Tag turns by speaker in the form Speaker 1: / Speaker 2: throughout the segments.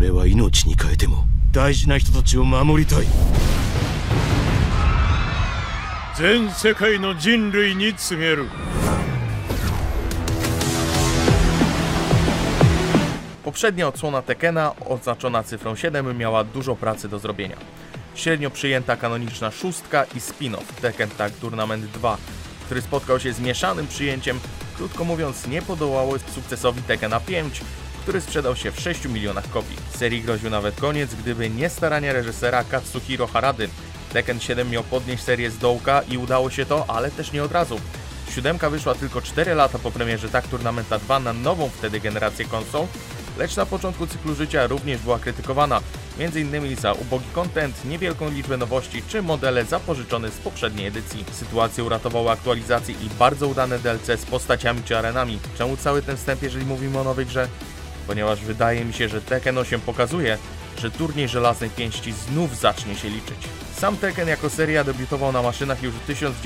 Speaker 1: 俺は命に変えても大事な人たちを守りたい。
Speaker 2: 全世界の人類に告げる。
Speaker 3: Poprzednia odsłona Tekkena, oznaczona cyfrą 7, miała dużo pracy do zrobienia. Średnio przyjęta kanoniczna szóstka i spin-off Tekken Tag Tournament 2, który spotkał się z mieszanym przyjęciem, krótko mówiąc nie podołały sukcesowi Tekkena 5, który sprzedał się w 6 milionach kopii. Serii groził nawet koniec, gdyby nie starania reżysera Katsuhiro Harady. Tekken 7 miał podnieść serię z dołka i udało się to, ale też nie od razu. Siódemka wyszła tylko 4 lata po premierze Tag Tournamenta 2 na nową wtedy generację konsol, lecz na początku cyklu życia również była krytykowana, m.in. za ubogi content, niewielką liczbę nowości czy modele zapożyczone z poprzedniej edycji. Sytuację uratowały aktualizacje i bardzo udane DLC z postaciami czy arenami. Czemu cały ten wstęp, jeżeli mówimy o nowej grze? Ponieważ wydaje mi się, że Tekken 8 pokazuje, że turniej żelaznej pięści znów zacznie się liczyć. Sam Tekken jako seria debiutował na maszynach już w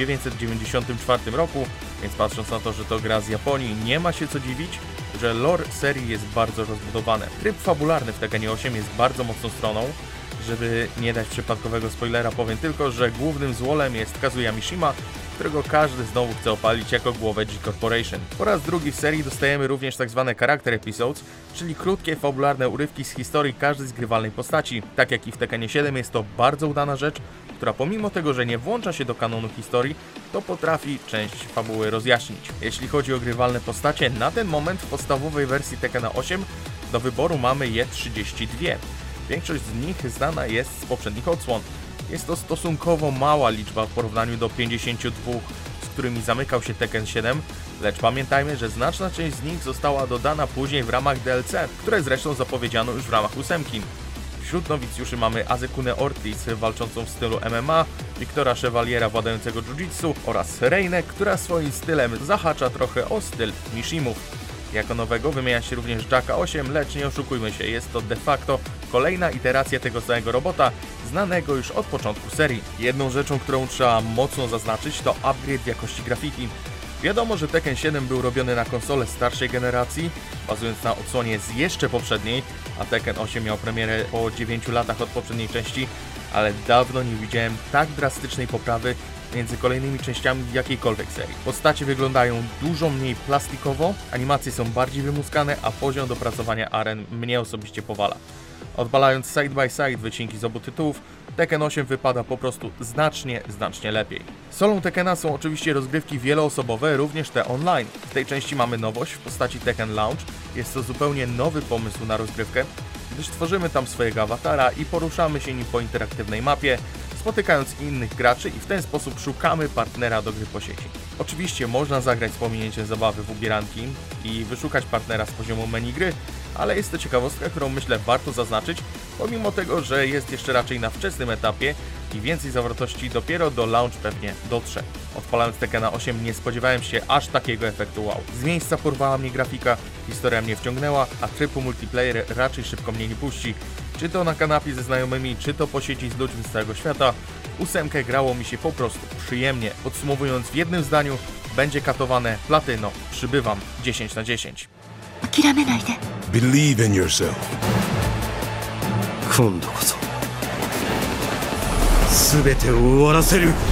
Speaker 3: 1994 roku, więc patrząc na to, że to gra z Japonii, nie ma się co dziwić, że lore serii jest bardzo rozbudowane. Tryb fabularny w Tekkenie 8 jest bardzo mocną stroną. Żeby nie dać przypadkowego spoilera, powiem tylko, że głównym złolem jest Kazuya Mishima, którego każdy znowu chce opalić jako głowę G-Corporation. Po raz drugi w serii dostajemy również tzw. character episodes, czyli krótkie, fabularne urywki z historii każdej z grywalnej postaci. Tak jak i w Tekkenie 7 jest to bardzo udana rzecz, która pomimo tego, że nie włącza się do kanonu historii, to potrafi część fabuły rozjaśnić. Jeśli chodzi o grywalne postacie, na ten moment w podstawowej wersji Tekkena 8 do wyboru mamy je 32. Większość z nich znana jest z poprzednich odsłon. Jest to stosunkowo mała liczba w porównaniu do 52, z którymi zamykał się Tekken 7, lecz pamiętajmy, że znaczna część z nich została dodana później w ramach DLC, które zresztą zapowiedziano już w ramach 8. Wśród nowicjuszy mamy Azekunę Ortiz walczącą w stylu MMA, Wiktora Chevaliera władającego jiu-jitsu oraz Reinę, która swoim stylem zahacza trochę o styl Mishimów. Jako nowego wymienia się również Jacka 8, lecz nie oszukujmy się, jest to de facto kolejna iteracja tego samego robota, znanego już od początku serii. Jedną rzeczą, którą trzeba mocno zaznaczyć, to upgrade jakości grafiki. Wiadomo, że Tekken 7 był robiony na konsole starszej generacji, bazując na odsłonie z jeszcze poprzedniej, a Tekken 8 miał premierę po 9 latach od poprzedniej części, ale dawno nie widziałem tak drastycznej poprawy między kolejnymi częściami jakiejkolwiek serii. Postacie wyglądają dużo mniej plastikowo, animacje są bardziej wymuskane, a poziom dopracowania aren mnie osobiście powala. Odpalając side by side wycinki z obu tytułów, Tekken 8 wypada po prostu znacznie lepiej. Solą Tekkena są oczywiście rozgrywki wieloosobowe, również te online. W tej części mamy nowość w postaci Tekken Launch. Jest to zupełnie nowy pomysł na rozgrywkę, gdyż tworzymy tam swojego awatara i poruszamy się nim po interaktywnej mapie, spotykając innych graczy i w ten sposób szukamy partnera do gry po sieci. Oczywiście można zagrać z pominięciem zabawy w ubieranki i wyszukać partnera z poziomu menu gry, ale jest to ciekawostka, którą myślę warto zaznaczyć, pomimo tego, że jest jeszcze raczej na wczesnym etapie i więcej zawartości dopiero do launch pewnie dotrze. Odpalając Tekkena 8 nie spodziewałem się aż takiego efektu wow. Z miejsca porwała mnie grafika, historia mnie wciągnęła, a trybu multiplayer raczej szybko mnie nie puści. Czy to na kanapie ze znajomymi, czy to po sieci z ludźmi z całego świata, 8 grało mi się po prostu przyjemnie. Podsumowując w jednym zdaniu, będzie katowane platyno, przybywam 10 na 10.
Speaker 1: Believe in yourself. 今度こそ全てを終わらせる。